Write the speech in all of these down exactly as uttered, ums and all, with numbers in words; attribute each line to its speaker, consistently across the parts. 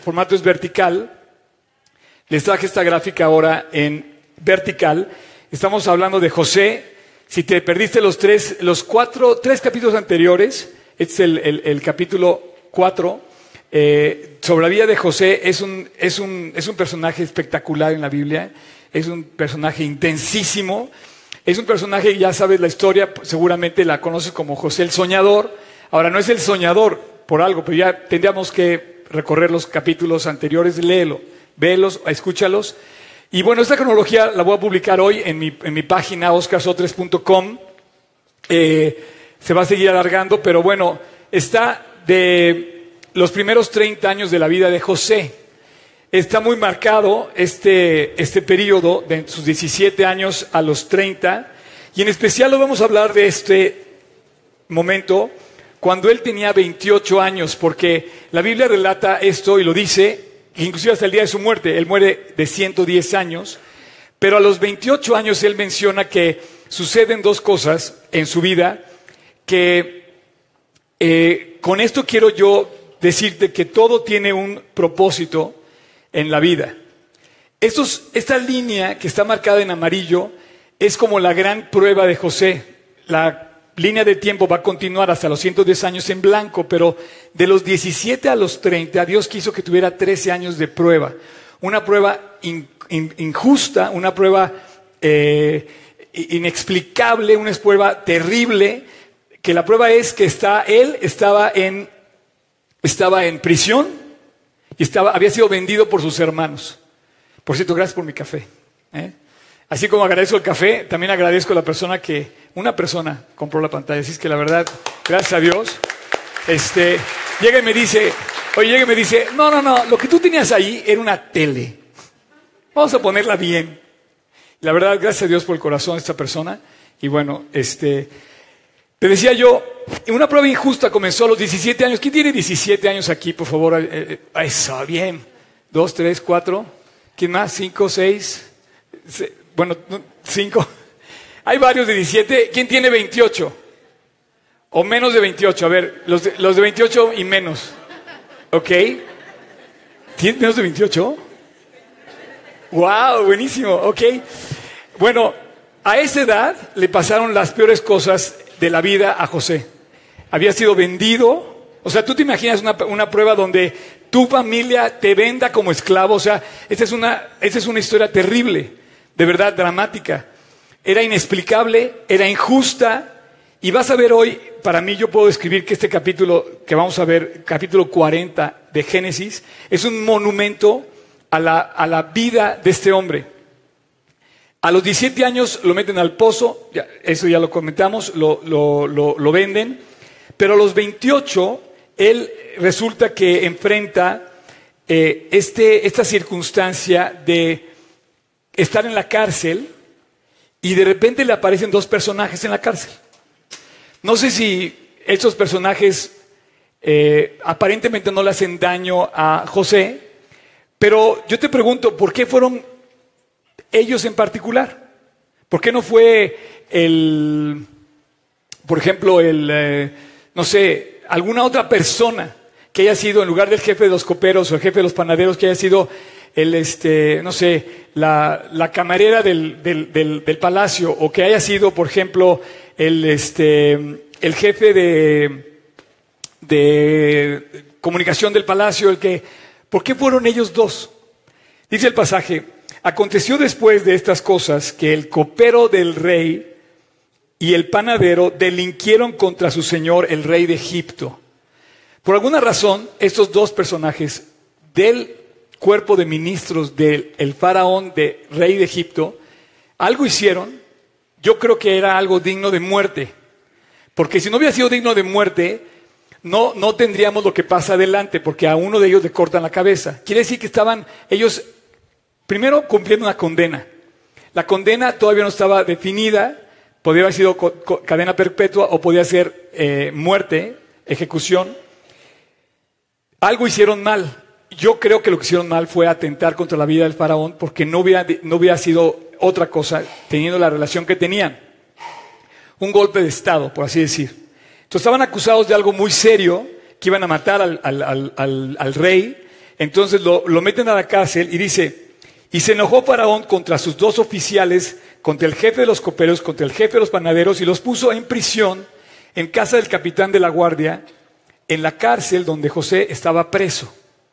Speaker 1: formato es vertical. Les traje esta gráfica ahora en vertical. Estamos hablando de José. Si te perdiste los tres, los cuatro, tres capítulos anteriores, este es el, el, el capítulo cuatro, eh, sobre la vida de José. Es un, es un, es un personaje espectacular en la Biblia. Es un personaje intensísimo. Es un personaje, ya sabes la historia, seguramente la conoces como José el Soñador. Ahora, no es el soñador por algo, pero ya tendríamos que recorrer los capítulos anteriores. Léelo, vélos, escúchalos. Y bueno, esta cronología la voy a publicar hoy en mi, en mi página oscar sotres punto com. Eh, se va a seguir alargando, pero bueno, está de los primeros treinta años de la vida de José. Está muy marcado este, este periodo de sus diecisiete años a los treinta, y en especial lo vamos a hablar de este momento cuando él tenía veintiocho años, porque la Biblia relata esto y lo dice, inclusive hasta el día de su muerte. Él muere de ciento diez años, pero a los veintiocho años él menciona que suceden dos cosas en su vida, que eh, con esto quiero yo decirte que todo tiene un propósito en la vida. Estos, esta línea que está marcada en amarillo es como la gran prueba de José. La línea de tiempo va a continuar hasta los ciento diez años en blanco, pero de los diecisiete a los treinta, Dios quiso que tuviera trece años de prueba. Una prueba in, in, injusta, una prueba eh, inexplicable, una prueba terrible, que la prueba es que está, él estaba en, estaba en prisión, y estaba, había sido vendido por sus hermanos. Por cierto, gracias por mi café. ¿eh? Así como agradezco el café, también agradezco a la persona que, una persona compró la pantalla. Así es que la verdad, gracias a Dios. Este, llega y me dice, oye, llega y me dice, no, no, no, lo que tú tenías ahí era una tele. Vamos a ponerla bien. Y la verdad, gracias a Dios por el corazón de esta persona. Y bueno, este, te decía yo, una prueba injusta comenzó a los diecisiete años. ¿Quién tiene diecisiete años aquí, por favor? Eh, eh, eso, bien. Dos, tres, cuatro. ¿Quién más? Cinco, seis. Se, bueno, cinco. Hay varios de diecisiete. ¿Quién tiene veintiocho? O menos de veintiocho. A ver, los de, los de veintiocho y menos. ¿Ok? ¿Tienes menos de veintiocho? ¡Wow! Buenísimo. Ok. Bueno, a esa edad le pasaron las peores cosas de la vida a José. Había sido vendido. O sea, tú te imaginas una, una prueba donde tu familia te venda como esclavo. O sea, esta es una, esta es una historia terrible, de verdad dramática. Era inexplicable, era injusta. Y vas a ver hoy, para mí yo puedo describir que este capítulo que vamos a ver, capítulo cuarenta de Génesis, es un monumento a la, a la vida de este hombre. A los diecisiete años lo meten al pozo, ya, eso ya lo comentamos, lo, lo, lo, lo venden, pero a los veintiocho él resulta que enfrenta eh, este, esta circunstancia de estar en la cárcel y de repente le aparecen dos personajes en la cárcel. No sé si estos personajes eh, aparentemente no le hacen daño a José, pero yo te pregunto, ¿por qué fueron ellos en particular? ¿Por qué no fue el, por ejemplo, el, eh, no sé, alguna otra persona que haya sido, en lugar del jefe de los coperos o el jefe de los panaderos, que haya sido el, este, no sé, la, la camarera del, del, del, del palacio, o que haya sido, por ejemplo, el, este, el jefe de, de comunicación del palacio, el que, ¿por qué fueron ellos dos? Dice el pasaje: aconteció después de estas cosas que el copero del rey y el panadero delinquieron contra su señor, el rey de Egipto. Por alguna razón, estos dos personajes del cuerpo de ministros del el faraón, de rey de Egipto, algo hicieron. Yo creo que era algo digno de muerte, porque si no hubiera sido digno de muerte, no, no tendríamos lo que pasa adelante, porque a uno de ellos le cortan la cabeza. Quiere decir que estaban ellos primero cumpliendo una condena. La condena todavía no estaba definida, podría haber sido co- co- cadena perpetua o podía ser eh, muerte, ejecución. Algo hicieron mal. Yo creo que lo que hicieron mal fue atentar contra la vida del faraón, porque no hubiera, no hubiera sido otra cosa teniendo la relación que tenían. Un golpe de estado, por así decir. Entonces estaban acusados de algo muy serio, que iban a matar al, al, al, al, al rey. Entonces lo, lo meten a la cárcel y dice, y se enojó Faraón contra sus dos oficiales, contra el jefe de los coperos, contra el jefe de los panaderos, y los puso en prisión en casa del capitán de la guardia, en la cárcel donde José estaba preso.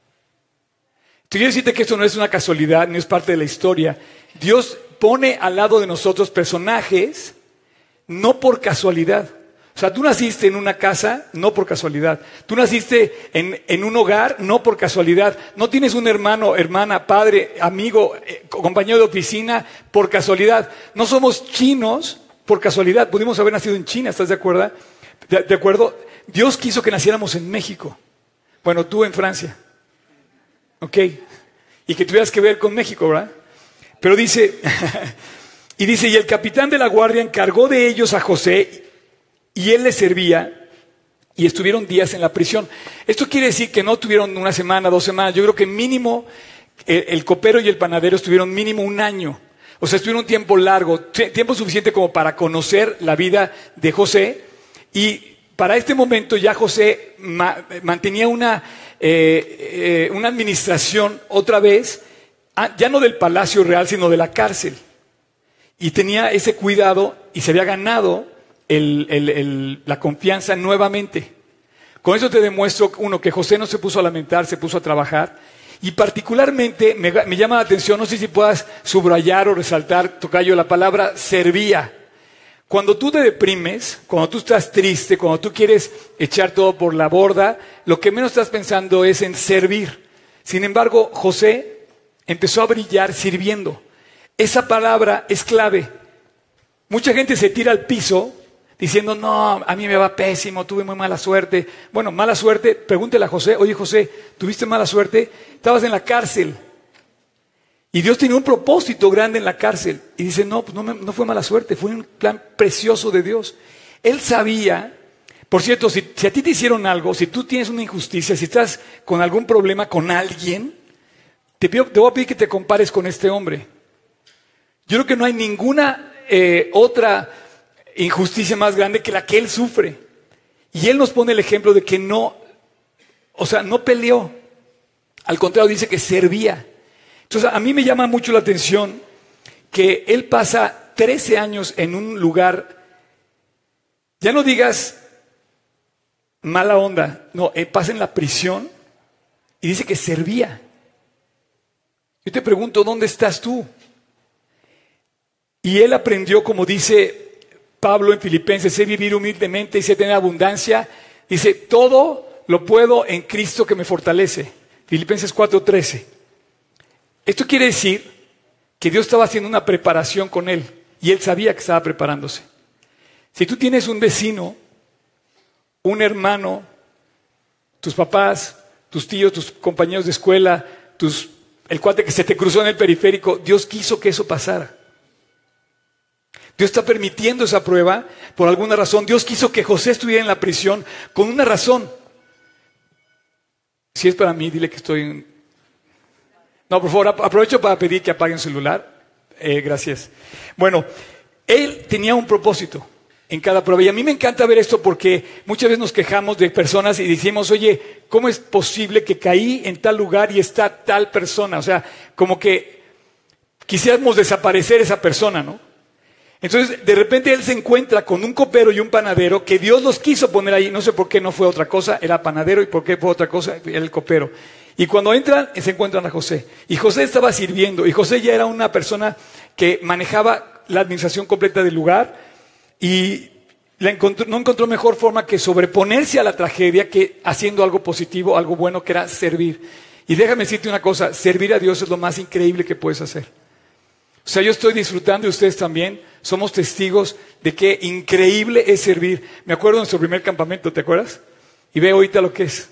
Speaker 1: Quiero decirte que esto no es una casualidad, no es parte de la historia. Dios pone al lado de nosotros personajes no por casualidad. O sea, tú naciste en una casa, no por casualidad. Tú naciste en, en un hogar, no por casualidad. No tienes un hermano, hermana, padre, amigo, eh, compañero de oficina, por casualidad. No somos chinos por casualidad. Pudimos haber nacido en China, ¿estás de acuerdo? ¿De, de acuerdo? Dios quiso que naciéramos en México. Bueno, tú en Francia. ¿Ok? Y que tuvieras que ver con México, ¿verdad? Pero dice, y dice, y el capitán de la guardia encargó de ellos a José, y él les servía, y estuvieron días en la prisión. Esto quiere decir que no tuvieron una semana, dos semanas. Yo creo que mínimo, el, el copero y el panadero estuvieron mínimo un año. O sea, estuvieron un tiempo largo, tiempo suficiente como para conocer la vida de José. Y para este momento ya José ma, mantenía una, eh, eh, una administración otra vez, ya no del palacio real, sino de la cárcel. Y tenía ese cuidado y se había ganado El, el, el, la confianza nuevamente. Con eso te demuestro, uno, que José no se puso a lamentar, se puso a trabajar. Y particularmente me, me llama la atención, no sé si puedas subrayar o resaltar, tocayo, la palabra servía. Cuando tú te deprimes, cuando tú estás triste, cuando tú quieres echar todo por la borda, lo que menos estás pensando es en servir. Sin embargo, José empezó a brillar sirviendo. Esa palabra es clave. Mucha gente se tira al piso diciendo, no, a mí me va pésimo, tuve muy mala suerte. Bueno, mala suerte, pregúntele a José, oye José, ¿tuviste mala suerte? Estabas en la cárcel. Y Dios tenía un propósito grande en la cárcel. Y dice, no, pues no, me, no fue mala suerte, fue un plan precioso de Dios. Él sabía, por cierto, si, si a ti te hicieron algo, si tú tienes una injusticia, si estás con algún problema con alguien, te, pido, te voy a pedir que te compares con este hombre. Yo creo que no hay ninguna eh, otra injusticia más grande que la que él sufre. Y él nos pone el ejemplo de que no, o sea, no peleó. Al contrario, dice que servía. Entonces, a mí me llama mucho la atención que él pasa trece años en un lugar, ya no digas mala onda, no, él pasa en la prisión y dice que servía. Yo te pregunto, ¿dónde estás tú? Y él aprendió, como dice Pablo en Filipenses, sé vivir humildemente y sé tener abundancia. Dice, todo lo puedo en Cristo que me fortalece. Filipenses cuatro trece. Esto quiere decir que Dios estaba haciendo una preparación con él y él sabía que estaba preparándose. Si tú tienes un vecino, un hermano, tus papás, tus tíos, tus compañeros de escuela, tus, el cuate que se te cruzó en el periférico, Dios quiso que eso pasara. Dios está permitiendo esa prueba por alguna razón. Dios quiso que José estuviera en la prisión con una razón. Si es para mí, dile que estoy en... No, por favor, aprovecho para pedir que apaguen el celular. Eh, gracias. Bueno, él tenía un propósito en cada prueba. Y a mí me encanta ver esto porque muchas veces nos quejamos de personas y decimos, oye, ¿cómo es posible que caí en tal lugar y está tal persona? O sea, como que quisiéramos desaparecer esa persona, ¿no? Entonces, de repente él se encuentra con un copero y un panadero que Dios los quiso poner ahí. No sé por qué no fue otra cosa, era panadero, y por qué fue otra cosa, era el copero. Y cuando entran, se encuentran a José. Y José estaba sirviendo, y José ya era una persona que manejaba la administración completa del lugar, y la encontró, no encontró mejor forma que sobreponerse a la tragedia que haciendo algo positivo, algo bueno, que era servir. Y déjame decirte una cosa, servir a Dios es lo más increíble que puedes hacer. O sea, yo estoy disfrutando y ustedes también somos testigos de qué increíble es servir. Me acuerdo de nuestro primer campamento, ¿te acuerdas? Y ve ahorita lo que es.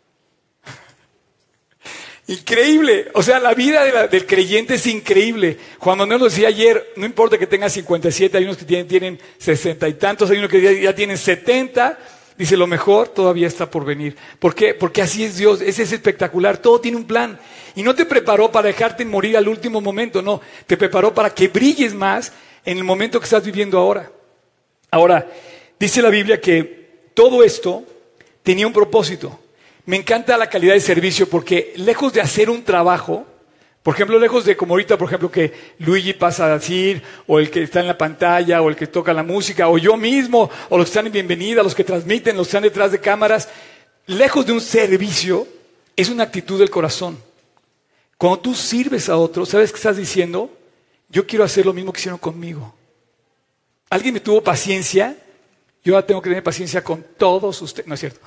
Speaker 1: Increíble. O sea, la vida de la, del creyente es increíble. Juan Manuel nos decía ayer, no importa que tengas cincuenta y siete, hay unos que tienen, tienen sesenta y tantos, hay unos que ya, ya tienen setenta. Dice, lo mejor todavía está por venir. ¿Por qué? Porque así es Dios, ese es espectacular, todo tiene un plan. Y no te preparó para dejarte morir al último momento, no. Te preparó para que brilles más en el momento que estás viviendo ahora. Ahora, dice la Biblia que todo esto tenía un propósito. Me encanta la calidad de servicio porque lejos de hacer un trabajo, por ejemplo, lejos de como ahorita, por ejemplo, que Luigi pasa a decir, o el que está en la pantalla, o el que toca la música, o yo mismo, o los que están en bienvenida, los que transmiten, los que están detrás de cámaras, lejos de un servicio, es una actitud del corazón. Cuando tú sirves a otros, ¿sabes qué estás diciendo? Yo quiero hacer lo mismo que hicieron conmigo. Alguien me tuvo paciencia, yo ahora tengo que tener paciencia con todos ustedes. No es cierto.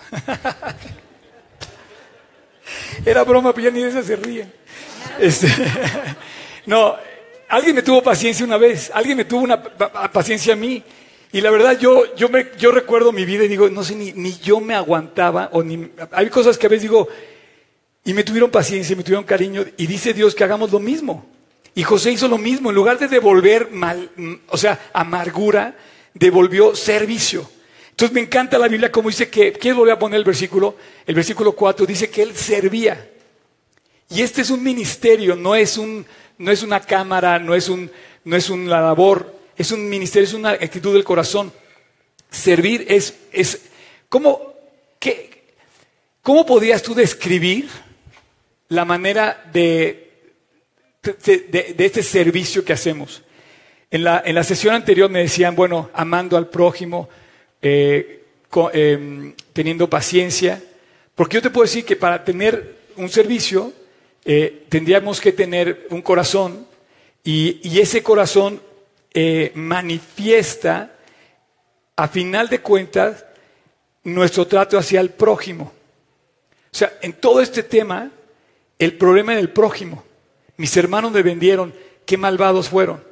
Speaker 1: Era broma, pero ya ni de esas se ríen. Este, no, alguien me tuvo paciencia una vez, alguien me tuvo una paciencia a mí. Y la verdad, yo, yo, me, yo recuerdo mi vida y digo, no sé, ni, ni yo me aguantaba. O ni, hay cosas que a veces digo, y me tuvieron paciencia, me tuvieron cariño. Y dice Dios que hagamos lo mismo. Y José hizo lo mismo, en lugar de devolver mal, o sea, amargura, devolvió servicio. Entonces me encanta la Biblia como dice que, ¿quieres volver a poner el versículo? El versículo cuatro dice que él servía. Y este es un ministerio, no es, un, no es una cámara, no es, un, no es una labor, es un ministerio, es una actitud del corazón. Servir es, es ¿cómo, qué, ¿cómo podrías tú describir la manera de... De, de, de este servicio que hacemos? En la, en la sesión anterior me decían, bueno, amando al prójimo, eh, co, eh, teniendo paciencia, porque yo te puedo decir que para tener un servicio eh, tendríamos que tener un corazón y, y ese corazón eh, manifiesta a final de cuentas nuestro trato hacia el prójimo. O sea, en todo este tema, el problema es el prójimo. Mis hermanos me vendieron, qué malvados fueron.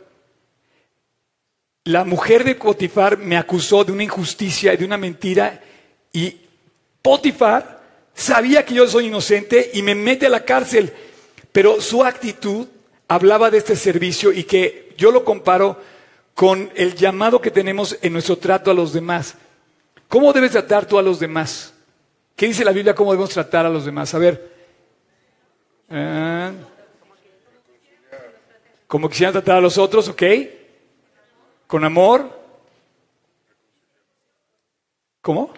Speaker 1: La mujer de Potifar me acusó de una injusticia y de una mentira y Potifar sabía que yo soy inocente y me mete a la cárcel. Pero su actitud hablaba de este servicio y que yo lo comparo con el llamado que tenemos en nuestro trato a los demás. ¿Cómo debes tratar tú a los demás? ¿Qué dice la Biblia cómo debemos tratar a los demás? A ver. Ah. Como quisieran tratar a los otros, ¿ok? Con amor. ¿Cómo?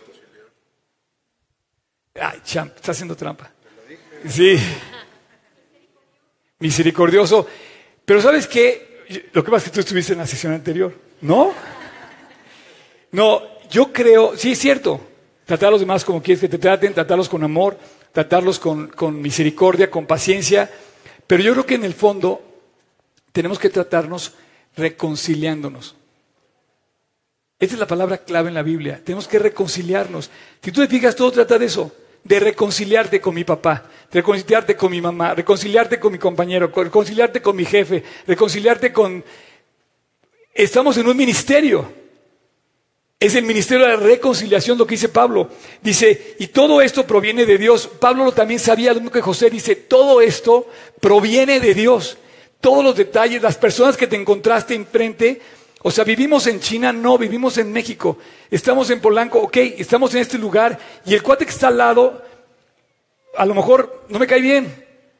Speaker 1: Ay, champ, está haciendo trampa. Sí. Misericordioso. Pero ¿sabes qué? Lo que pasa es que tú estuviste en la sesión anterior, ¿no? No, yo creo, sí es cierto, tratar a los demás como quieres que te traten, tratarlos con amor, tratarlos con, con misericordia, con paciencia, pero yo creo que en el fondo tenemos que tratarnos reconciliándonos. Esta es la palabra clave en la Biblia. Tenemos que reconciliarnos. Si tú te fijas, todo trata de eso. De reconciliarte con mi papá, de reconciliarte con mi mamá, reconciliarte con mi compañero, reconciliarte con mi jefe, reconciliarte con... Estamos en un ministerio. Es el ministerio de la reconciliación lo que dice Pablo. Dice, y todo esto proviene de Dios. Pablo también sabía lo mismo que José. Dice, todo esto proviene de Dios. Todos los detalles, las personas que te encontraste enfrente, o sea, vivimos en China, no, vivimos en México, estamos en Polanco, ok, estamos en este lugar, y el cuate que está al lado, a lo mejor no me cae bien.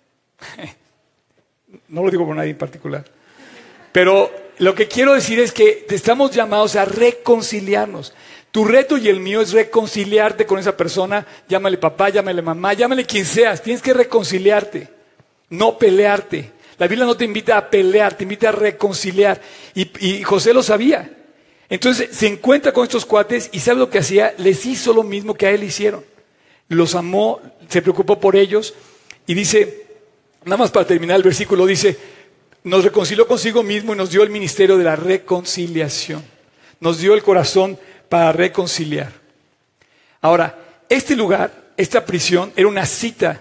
Speaker 1: No lo digo por nadie en particular. Pero lo que quiero decir es que estamos llamados a reconciliarnos. Tu reto y el mío es reconciliarte con esa persona, llámale papá, llámale mamá, llámale quien seas, tienes que reconciliarte, no pelearte. La Biblia no te invita a pelear, te invita a reconciliar. Y, y José lo sabía. Entonces se encuentra con estos cuates y ¿sabe lo que hacía? Les hizo lo mismo que a él hicieron. Los amó, se preocupó por ellos. Y dice, nada más para terminar el versículo, dice, nos reconcilió consigo mismo y nos dio el ministerio de la reconciliación. Nos dio el corazón para reconciliar. Ahora, este lugar, esta prisión, era una cita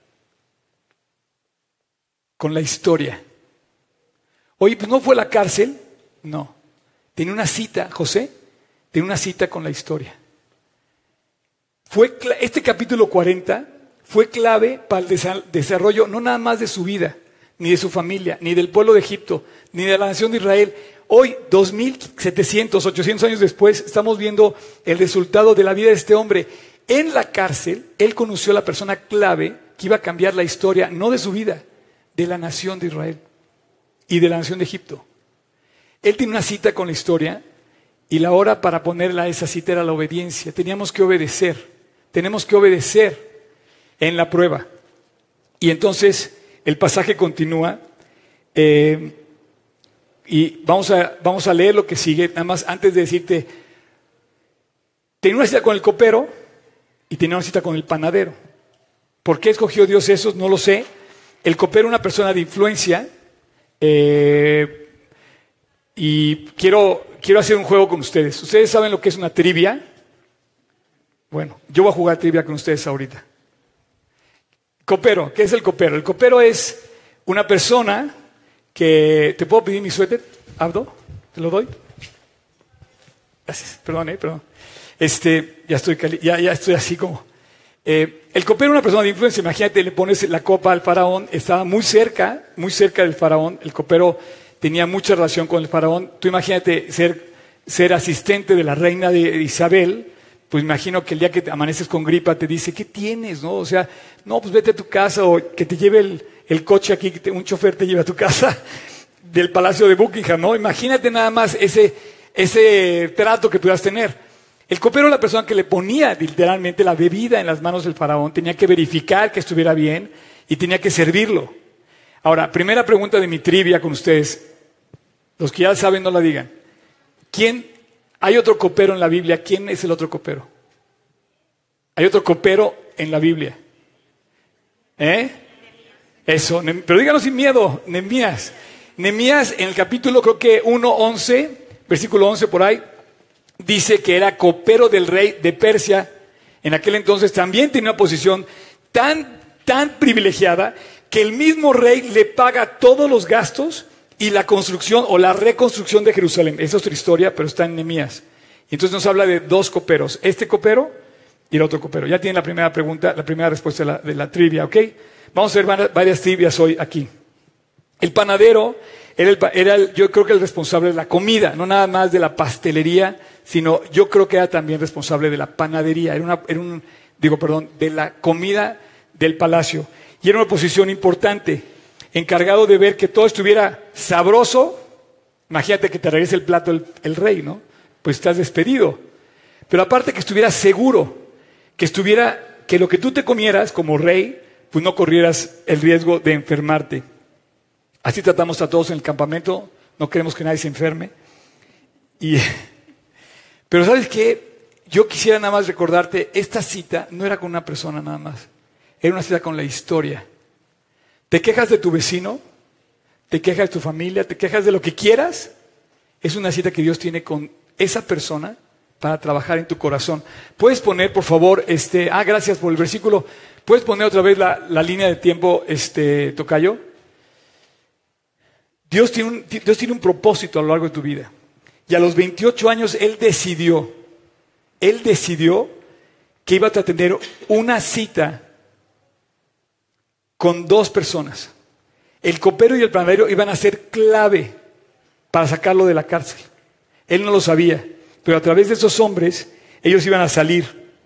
Speaker 1: con la historia. Oye, pues no fue a la cárcel, no. Tenía una cita, José, tenía una cita con la historia. Fue, este capítulo cuarenta fue clave para el desarrollo no nada más de su vida, ni de su familia, ni del pueblo de Egipto, ni de la nación de Israel. Hoy, dos mil setecientos, ochocientos años después, estamos viendo el resultado de la vida de este hombre. En la cárcel, él conoció a la persona clave que iba a cambiar la historia, no de su vida, de la nación de Israel y de la nación de Egipto. Él tiene una cita con la historia y la hora para ponerla a esa cita era la obediencia. Teníamos que obedecer, tenemos que obedecer en la prueba. Y entonces el pasaje continúa eh, y vamos a, vamos a leer lo que sigue, nada más antes de decirte, tenía una cita con el copero y tenía una cita con el panadero. ¿Por qué escogió Dios esos? No lo sé. El copero es una persona de influencia eh, y quiero, quiero hacer un juego con ustedes. ¿Ustedes saben lo que es una trivia? Bueno, yo voy a jugar trivia con ustedes ahorita. Copero, ¿qué es el copero? El copero es una persona que... ¿Te puedo pedir mi suéter, Abdo? ¿Te lo doy? Gracias, perdón, eh, perdón. Este, ya estoy, cali- ya, ya estoy así como... Eh, el copero es una persona de influencia. Imagínate, le pones la copa al faraón, estaba muy cerca, muy cerca del faraón. El copero tenía mucha relación con el faraón. Tú imagínate ser, ser asistente de la reina de Isabel. Pues imagino que el día que te amaneces con gripa te dice, ¿qué tienes? ¿No? O sea, no, pues vete a tu casa o que te lleve el, el coche aquí, que te- un chofer te lleve a tu casa del Palacio de Buckingham, ¿no? Imagínate nada más ese, ese trato que pudieras tener. El copero era la persona que le ponía literalmente la bebida en las manos del faraón, tenía que verificar que estuviera bien y tenía que servirlo. Ahora, primera pregunta de mi trivia con ustedes. Los que ya saben no la digan. ¿Quién? Hay otro copero en la Biblia. ¿Quién es el otro copero? Hay otro copero en la Biblia. ¿Eh? Eso, Nem- pero díganos sin miedo, Nehemías. Nehemías en el capítulo creo que uno once, versículo once por ahí, dice que era copero del rey de Persia. En aquel entonces también tenía una posición tan, tan privilegiada que el mismo rey le paga todos los gastos y la construcción o la reconstrucción de Jerusalén. Esa es otra historia, pero está en Nehemías. Y entonces nos habla de dos coperos, este copero y el otro copero. Ya tienen la primera pregunta, la primera respuesta de la, de la trivia, ¿ok? Vamos a ver varias, varias trivias hoy aquí. El panadero era, el, pa- era el- yo creo que el responsable de la comida, no nada más de la pastelería, sino yo creo que era también responsable de la panadería, era, una, era un, digo, perdón, de la comida del palacio. Y era una posición importante, encargado de ver que todo estuviera sabroso. Imagínate que te regrese el plato el, el rey, ¿no? Pues estás despedido. Pero aparte que estuviera seguro, que estuviera, que lo que tú te comieras como rey, pues no corrieras el riesgo de enfermarte. Así tratamos a todos en el campamento, no queremos que nadie se enferme. Y, pero ¿sabes qué? Yo quisiera nada más recordarte, esta cita no era con una persona nada más, era una cita con la historia. ¿Te quejas de tu vecino? ¿Te quejas de tu familia? ¿Te quejas de lo que quieras? Es una cita que Dios tiene con esa persona para trabajar en tu corazón. ¿Puedes poner, por favor, este, ah, gracias por el versículo, ¿puedes poner otra vez la, la línea de tiempo, este, tocayo? Dios tiene, un, Dios tiene un propósito a lo largo de tu vida. Y a los veintiocho años Él decidió, Él decidió que iba a tener una cita con dos personas. El copero y el panadero iban a ser clave para sacarlo de la cárcel. Él no lo sabía, pero a través de esos hombres, ellos iban a salir.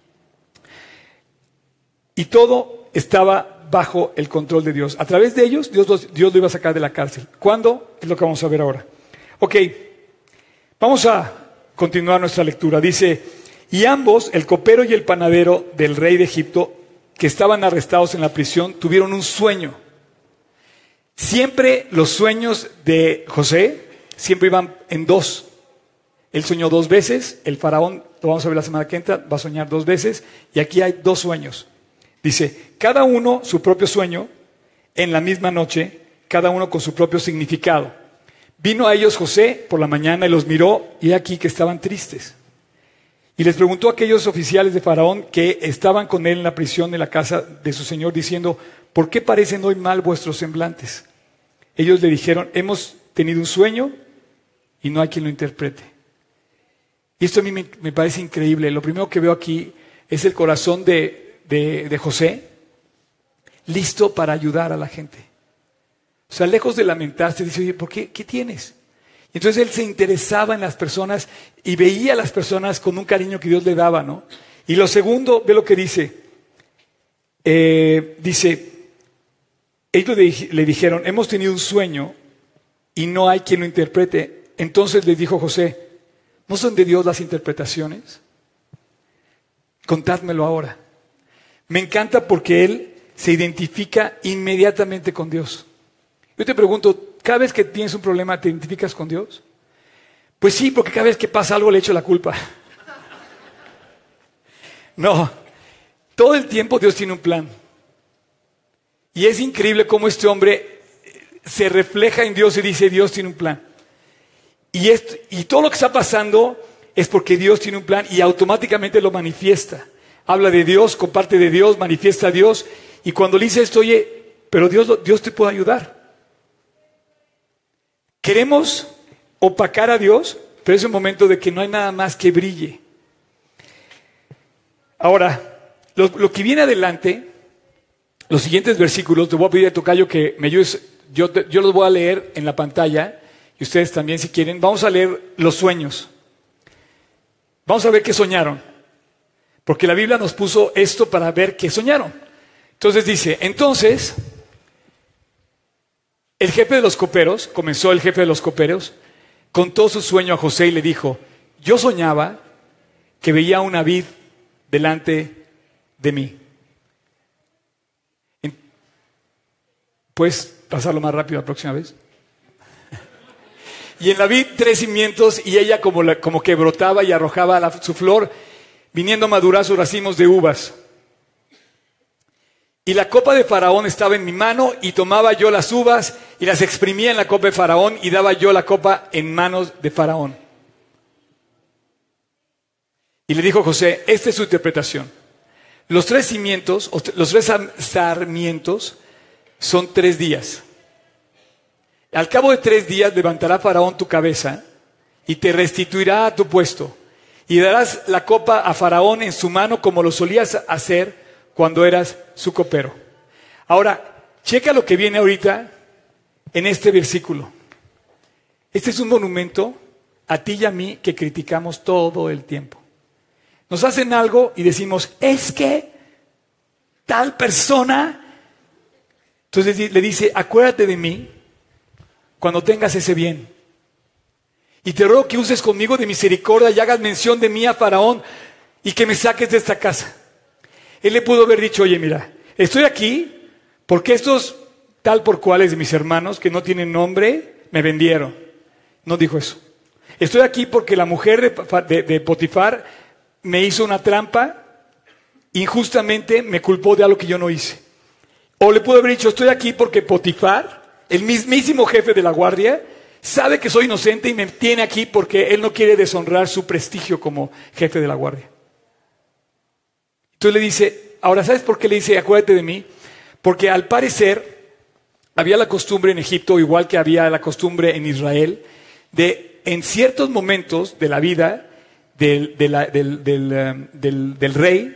Speaker 1: Y todo estaba bajo el control de Dios. A través de ellos, Dios, los, Dios lo iba a sacar de la cárcel. ¿Cuándo? Es lo que vamos a ver ahora. Ok, vamos a continuar nuestra lectura. Dice, y ambos, el copero y el panadero del rey de Egipto, que estaban arrestados en la prisión, tuvieron un sueño. Siempre los sueños de José, siempre iban en dos. Él soñó dos veces, el faraón, lo vamos a ver la semana que entra, va a soñar dos veces, y aquí hay dos sueños. Dice, cada uno su propio sueño, en la misma noche, cada uno con su propio significado. Vino a ellos José por la mañana y los miró, y aquí que estaban tristes. Y les preguntó a aquellos oficiales de Faraón que estaban con él en la prisión de la casa de su señor, diciendo, ¿por qué parecen hoy mal vuestros semblantes? Ellos le dijeron, hemos tenido un sueño y no hay quien lo interprete. Y esto a mí me, me parece increíble. Lo primero que veo aquí es el corazón de, de, de José, listo para ayudar a la gente. O sea, lejos de lamentarse, dice, oye, ¿por qué? ¿Qué tienes? Y entonces él se interesaba en las personas y veía a las personas con un cariño que Dios le daba, ¿no? Y lo segundo, ve lo que dice. Eh, dice, ellos le, le dijeron, hemos tenido un sueño y no hay quien lo interprete. Entonces les dijo José, ¿no son de Dios las interpretaciones? Contádmelo ahora. Me encanta porque él se identifica inmediatamente con Dios. Yo te pregunto, ¿cada vez que tienes un problema te identificas con Dios? Pues sí, porque cada vez que pasa algo le echo la culpa. No, todo el tiempo Dios tiene un plan. Y es increíble cómo este hombre se refleja en Dios y dice, Dios tiene un plan. Y, esto, y todo lo que está pasando es porque Dios tiene un plan y automáticamente lo manifiesta. Habla de Dios, comparte de Dios, manifiesta a Dios. Y cuando le dice esto, oye, pero Dios, Dios te puede ayudar. Queremos opacar a Dios, pero es un momento de que no hay nada más que brille. Ahora, lo, lo que viene adelante, los siguientes versículos, te voy a pedir a Tocayo que me ayudes, yo, te, yo los voy a leer en la pantalla, y ustedes también si quieren. Vamos a leer los sueños. Vamos a ver qué soñaron, porque la Biblia nos puso esto para ver qué soñaron. Entonces dice, entonces, el jefe de los coperos, comenzó el jefe de los coperos, contó su sueño a José y le dijo, yo soñaba que veía una vid delante de mí. ¿Puedes pasarlo más rápido la próxima vez? Y en la vid tres cimientos y ella como, la, como que brotaba y arrojaba la, su flor, viniendo a madurar sus racimos de uvas. Y la copa de Faraón estaba en mi mano y tomaba yo las uvas y las exprimía en la copa de Faraón y daba yo la copa en manos de Faraón. Y le dijo José, esta es su interpretación. Los tres cimientos, los tres sarmientos son tres días. Al cabo de tres días levantará Faraón tu cabeza y te restituirá a tu puesto. Y darás la copa a Faraón en su mano como lo solías hacer cuando eras su copero. Ahora, checa lo que viene ahorita en este versículo. Este es un monumento a ti y a mí que criticamos todo el tiempo. Nos hacen algo y decimos, es que tal persona. Entonces le dice, acuérdate de mí cuando tengas ese bien. Y te ruego que uses conmigo de misericordia y hagas mención de mí a Faraón y que me saques de esta casa. Él le pudo haber dicho, oye, mira, estoy aquí porque estos tal por cuales de mis hermanos que no tienen nombre me vendieron. No dijo eso. Estoy aquí porque la mujer de, de, de Potifar me hizo una trampa, injustamente me culpó de algo que yo no hice. O le pudo haber dicho, estoy aquí porque Potifar, el mismísimo jefe de la guardia, sabe que soy inocente y me tiene aquí porque él no quiere deshonrar su prestigio como jefe de la guardia. Entonces le dice, ahora ¿sabes por qué le dice acuérdate de mí? Porque al parecer había la costumbre en Egipto, igual que había la costumbre en Israel, de en ciertos momentos de la vida del, de la, del, del, um, del, del rey,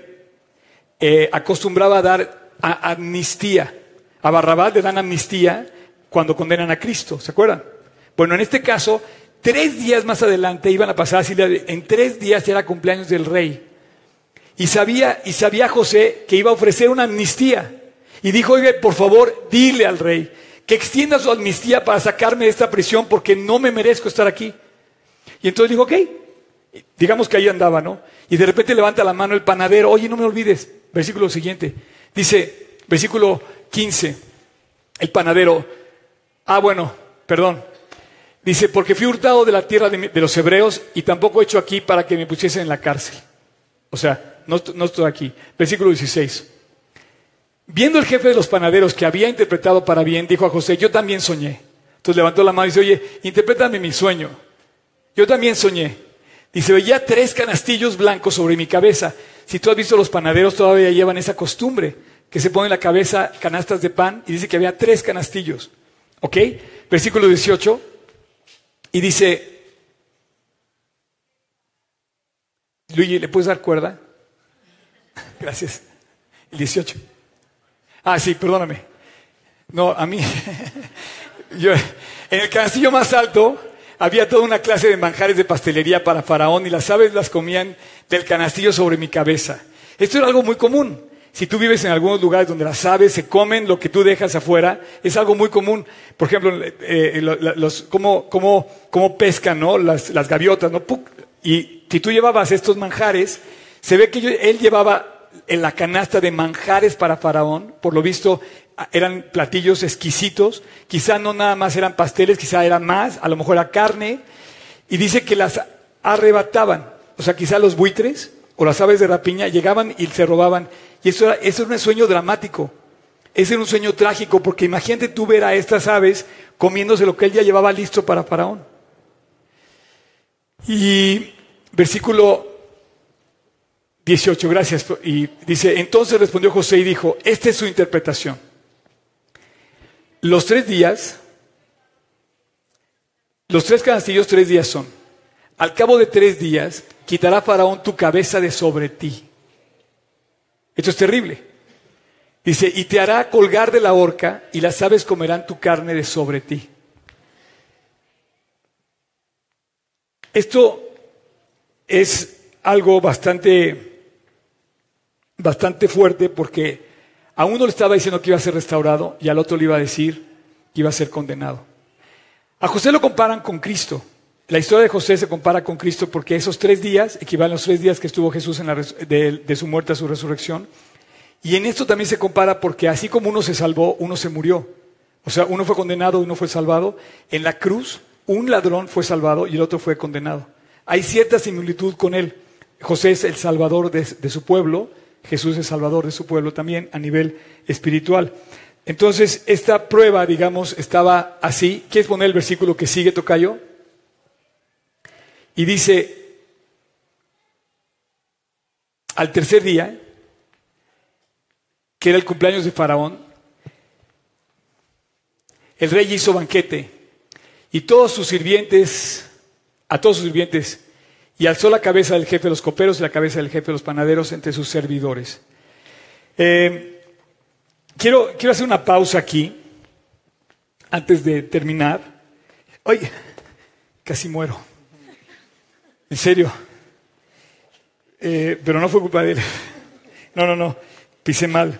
Speaker 1: eh, acostumbraba a dar a, amnistía. A Barrabás le dan amnistía cuando condenan a Cristo, ¿se acuerdan? Bueno, en este caso, tres días más adelante iban a pasar así, en tres días era cumpleaños del rey. Y sabía, y sabía José que iba a ofrecer una amnistía. Y dijo, oye, por favor, dile al rey que extienda su amnistía para sacarme de esta prisión porque no me merezco estar aquí. Y entonces dijo, ok, digamos que ahí andaba, ¿no? Y de repente levanta la mano el panadero, oye, no me olvides. Versículo siguiente, dice, versículo quince, el panadero, ah, bueno, perdón. Dice, porque fui hurtado de la tierra de, de los hebreos y tampoco he hecho aquí para que me pusiesen en la cárcel. O sea, no, no estoy aquí. Versículo dieciséis. Viendo el jefe de los panaderos que había interpretado para bien, dijo a José, yo también soñé. Entonces levantó la mano y dice, oye, interprétame mi sueño. Yo también soñé. Dice, veía tres canastillos blancos sobre mi cabeza. Si tú has visto los panaderos, todavía llevan esa costumbre, que se ponen en la cabeza canastas de pan, y dice que había tres canastillos. ¿Ok? Versículo dieciocho. Y dice, Luigi, ¿le puedes dar cuerda? Gracias. El dieciocho. Ah, sí, perdóname. No, a mí. Yo, en el canastillo más alto había toda una clase de manjares de pastelería para Faraón y las aves las comían del canastillo sobre mi cabeza. Esto era algo muy común. Si tú vives en algunos lugares donde las aves se comen lo que tú dejas afuera, es algo muy común. Por ejemplo, eh, los, cómo, cómo, cómo pescan, ¿no? Las, las gaviotas, ¿no? ¡Puc! Y si tú llevabas estos manjares, se ve que yo, él llevaba en la canasta de manjares para Faraón. Por lo visto eran platillos exquisitos. Quizá no nada más eran pasteles, quizá era más, a lo mejor era carne. Y dice que las arrebataban. O sea, quizá los buitres o las aves de rapiña llegaban y se robaban. Y eso era, eso era un sueño dramático. Ese era un sueño trágico, porque imagínate tú ver a estas aves comiéndose lo que él ya llevaba listo para Faraón. Y versículo dieciocho, gracias. Y dice, entonces respondió José y dijo, esta es su interpretación. Los tres días, los tres canastillos, tres días son. Al cabo de tres días, quitará Faraón tu cabeza de sobre ti. Esto es terrible. Dice, y te hará colgar de la horca, y las aves comerán tu carne de sobre ti. Esto es algo bastante, bastante fuerte, porque a uno le estaba diciendo que iba a ser restaurado, y al otro le iba a decir que iba a ser condenado. A José lo comparan con Cristo. La historia de José se compara con Cristo porque esos tres días equivalen a los tres días que estuvo Jesús en la res- de, de su muerte a su resurrección. Y en esto también se compara porque así como uno se salvó, uno se murió. O sea, uno fue condenado y uno fue salvado. En la cruz, un ladrón fue salvado y el otro fue condenado. Hay cierta similitud con él. José es el salvador de, de su pueblo. Jesús es el salvador de su pueblo también a nivel espiritual. Entonces, esta prueba, digamos, estaba así. ¿Quieres poner el versículo que sigue, tocayo? Y dice, al tercer día, que era el cumpleaños de Faraón, el rey hizo banquete y todos sus sirvientes, a todos sus sirvientes, y alzó la cabeza del jefe de los coperos y la cabeza del jefe de los panaderos entre sus servidores. Eh, quiero, quiero hacer una pausa aquí, antes de terminar. ¡Ay! Casi muero. En serio. Eh, pero no fue culpa de él. No, no, no. Pisé mal.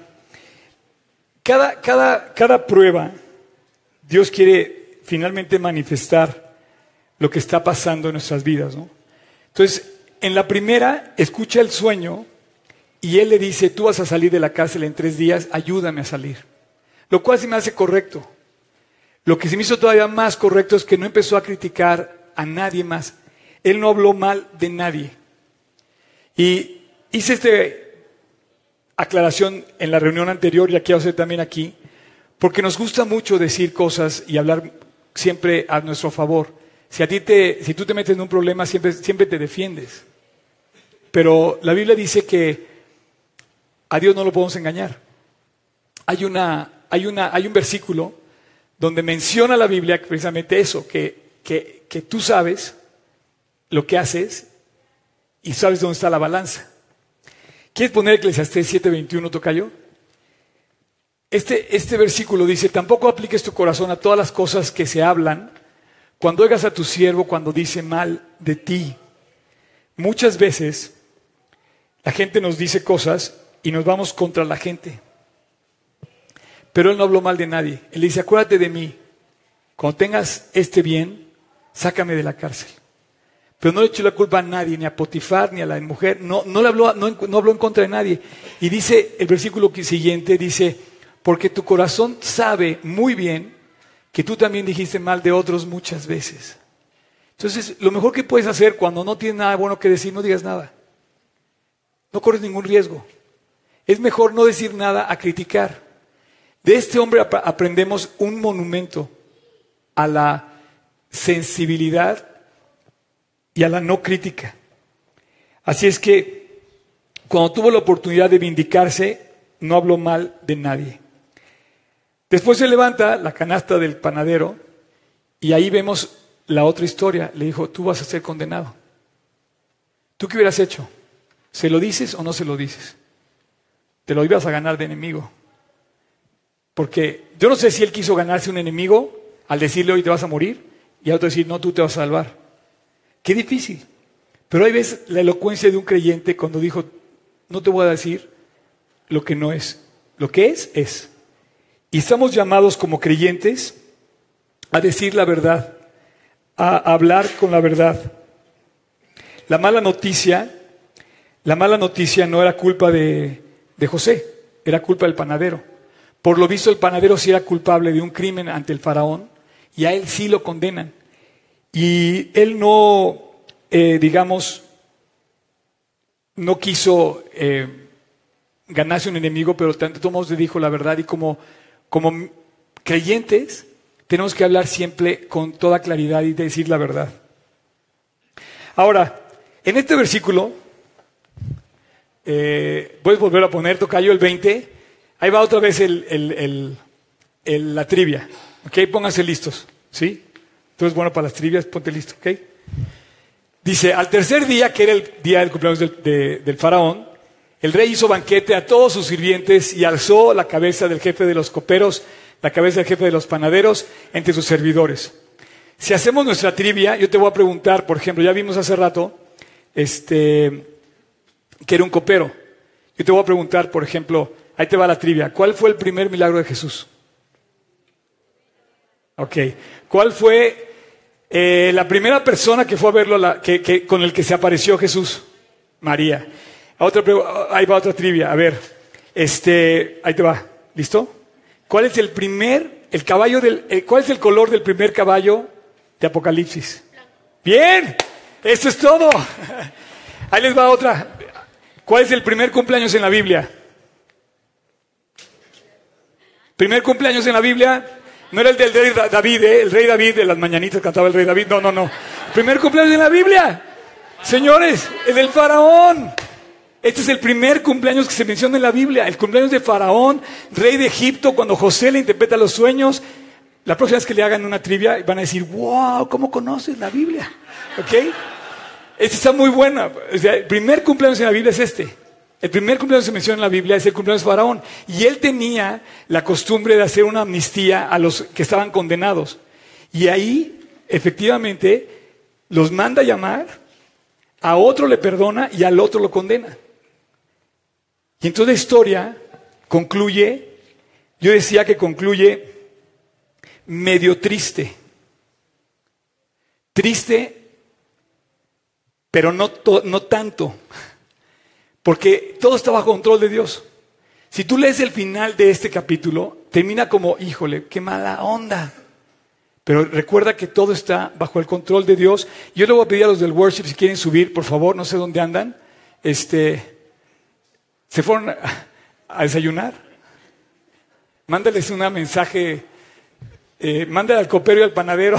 Speaker 1: Cada, cada, cada prueba, Dios quiere finalmente manifestar lo que está pasando en nuestras vidas, ¿no? Entonces, en la primera, escucha el sueño y él le dice, tú vas a salir de la cárcel en tres días, ayúdame a salir. Lo cual se me hace correcto. Lo que se me hizo todavía más correcto es que no empezó a criticar a nadie más. Él no habló mal de nadie. Y hice esta aclaración en la reunión anterior y la quiero hacer también aquí, porque nos gusta mucho decir cosas y hablar siempre a nuestro favor. Si a ti te, si tú te metes en un problema, siempre, siempre te defiendes. Pero la Biblia dice que a Dios no lo podemos engañar. Hay una, hay una, hay un versículo donde menciona la Biblia precisamente eso, que, que, que tú sabes lo que haces y sabes dónde está la balanza. ¿Quieres poner Eclesiastés siete veintiuno, tocayo? Este, este versículo dice, tampoco apliques tu corazón a todas las cosas que se hablan cuando oigas a tu siervo cuando dice mal de ti. Muchas veces la gente nos dice cosas y nos vamos contra la gente. Pero él no habló mal de nadie. Él dice, acuérdate de mí. Cuando tengas este bien, sácame de la cárcel. Pero no le echó la culpa a nadie, ni a Potifar, ni a la mujer. No, no, le habló, no, no habló en contra de nadie. Y dice el versículo siguiente, dice, porque tu corazón sabe muy bien que tú también dijiste mal de otros muchas veces. Entonces, lo mejor que puedes hacer cuando no tienes nada bueno que decir, no digas nada. No corres ningún riesgo. Es mejor no decir nada a criticar. De este hombre ap- aprendemos un monumento a la sensibilidad y a la no crítica. Así es que, cuando tuvo la oportunidad de vindicarse, no habló mal de nadie. Después se levanta la canasta del panadero y ahí vemos la otra historia. Le dijo, tú vas a ser condenado. ¿Tú qué hubieras hecho? ¿Se lo dices o no se lo dices? Te lo ibas a ganar de enemigo. Porque yo no sé si él quiso ganarse un enemigo al decirle, hoy te vas a morir, y al otro decir, no, tú te vas a salvar. Qué difícil. Pero hay veces la elocuencia de un creyente cuando dijo, no te voy a decir lo que no es. Lo que es, es. Y estamos llamados como creyentes a decir la verdad, a hablar con la verdad. La mala noticia, la mala noticia no era culpa de, de José, era culpa del panadero. Por lo visto el panadero sí era culpable de un crimen ante el faraón y a él sí lo condenan. Y él no, eh, digamos, no quiso eh, ganarse un enemigo, pero de todos modos le dijo la verdad. Y como, como creyentes tenemos que hablar siempre con toda claridad y decir la verdad. Ahora, en este versículo, eh, puedes volver a poner, tocayo, el veinte. Ahí va otra vez el, el, el, el, la trivia. ¿Ok? Pónganse listos. ¿Sí? Tú eres bueno para las trivias, ponte listo. ¿Ok? Dice, al tercer día, que era el día del cumpleaños del, de, del faraón, el rey hizo banquete a todos sus sirvientes y alzó la cabeza del jefe de los coperos, la cabeza del jefe de los panaderos, entre sus servidores. Si hacemos nuestra trivia, yo te voy a preguntar, por ejemplo, ya vimos hace rato, este, que era un copero. Yo te voy a preguntar, por ejemplo, ahí te va la trivia. ¿Cuál fue el primer milagro de Jesús? Ok. ¿Cuál fue eh, la primera persona que fue a verlo, la, que, que, con el que se apareció Jesús? María. Otra, ahí va otra trivia. A ver, este, ahí te va. ¿Listo? ¿Cuál es el primer, el caballo del, el, cuál es el color del primer caballo de Apocalipsis? Bien. Eso es todo. Ahí les va otra. ¿Cuál es el primer cumpleaños en la Biblia? Primer cumpleaños en la Biblia. No era el del rey David, ¿eh? El rey David, de las mañanitas cantaba el rey David. No, no, no. Primer cumpleaños en la Biblia. Señores, el del faraón. Este es el primer cumpleaños que se menciona en la Biblia. El cumpleaños de Faraón, rey de Egipto, cuando José le interpreta los sueños. La próxima vez que le hagan una trivia van a decir, wow, ¿cómo conoces la Biblia? ¿Ok? Este está muy bueno. O sea, el primer cumpleaños en la Biblia es este. El primer cumpleaños que se menciona en la Biblia es el cumpleaños de Faraón. Y él tenía la costumbre de hacer una amnistía a los que estaban condenados. Y ahí, efectivamente, los manda a llamar, a otro le perdona y al otro lo condena. Y entonces la historia concluye, yo decía que concluye medio triste. Triste, pero no, to, no tanto. Porque todo está bajo control de Dios. Si tú lees el final de este capítulo, termina como, híjole, qué mala onda. Pero recuerda que todo está bajo el control de Dios. Yo le voy a pedir a los del worship, si quieren subir, por favor, no sé dónde andan. Este, ¿se fueron a, a desayunar? Mándales un mensaje, eh, mándale al copero y al panadero.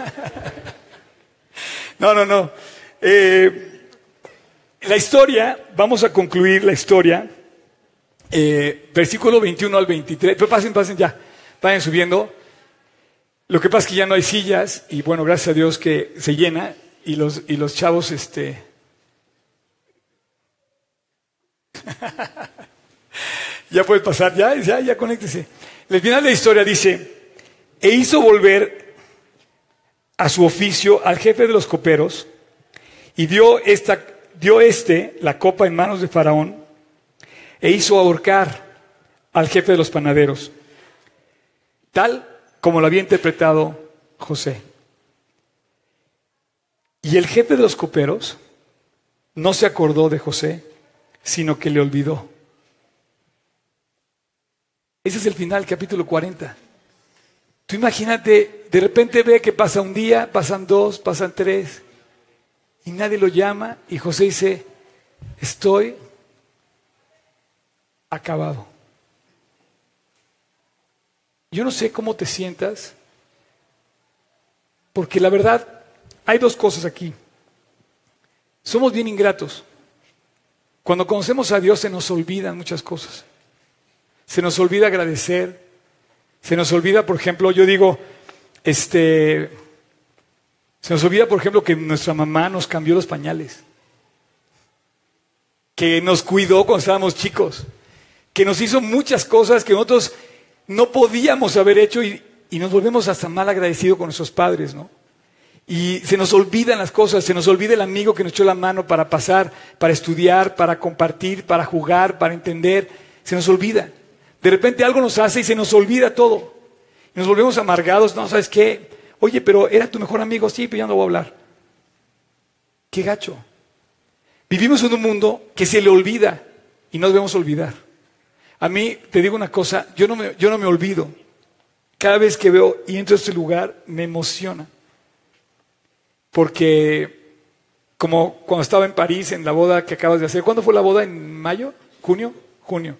Speaker 1: No, no, no. Eh, La historia, vamos a concluir la historia, eh, versículo veintiuno al veintitrés, pero pasen, pasen ya, vayan subiendo. Lo que pasa es que ya no hay sillas y bueno, gracias a Dios que se llena y los, y los chavos, este... ya puede pasar, ya, ya, ya conéctese. El final de la historia dice, e hizo volver a su oficio al jefe de los coperos y dio esta... dio este la copa en manos de Faraón e hizo ahorcar al jefe de los panaderos, tal como lo había interpretado José. Y el jefe de los coperos no se acordó de José, sino que le olvidó. Ese es el final, capítulo cuarenta. Tú imagínate, de repente ve que pasa un día, pasan dos, pasan tres, y nadie lo llama, y José dice, estoy acabado. Yo no sé cómo te sientas, porque la verdad, hay dos cosas aquí. Somos bien ingratos. Cuando conocemos a Dios se nos olvidan muchas cosas. Se nos olvida agradecer. Se nos olvida, por ejemplo, yo digo, este... Se nos olvida, por ejemplo, que nuestra mamá nos cambió los pañales, que nos cuidó cuando estábamos chicos, que nos hizo muchas cosas que nosotros no podíamos haber hecho y, y nos volvemos hasta mal agradecidos con nuestros padres, ¿no? Y se nos olvidan las cosas, se nos olvida el amigo que nos echó la mano para pasar, para estudiar, para compartir, para jugar, para entender, se nos olvida. De repente algo nos hace y se nos olvida todo. Y nos volvemos amargados, no, ¿sabes qué? Oye, pero era tu mejor amigo, sí, pero ya no voy a hablar. Qué gacho. Vivimos en un mundo que se le olvida y no debemos olvidar. A mí, te digo una cosa, yo no me, yo no me olvido. Cada vez que veo y entro a este lugar, me emociona. Porque, como cuando estaba en París, en la boda que acabas de hacer, ¿cuándo fue la boda? ¿En mayo? ¿Junio? Junio.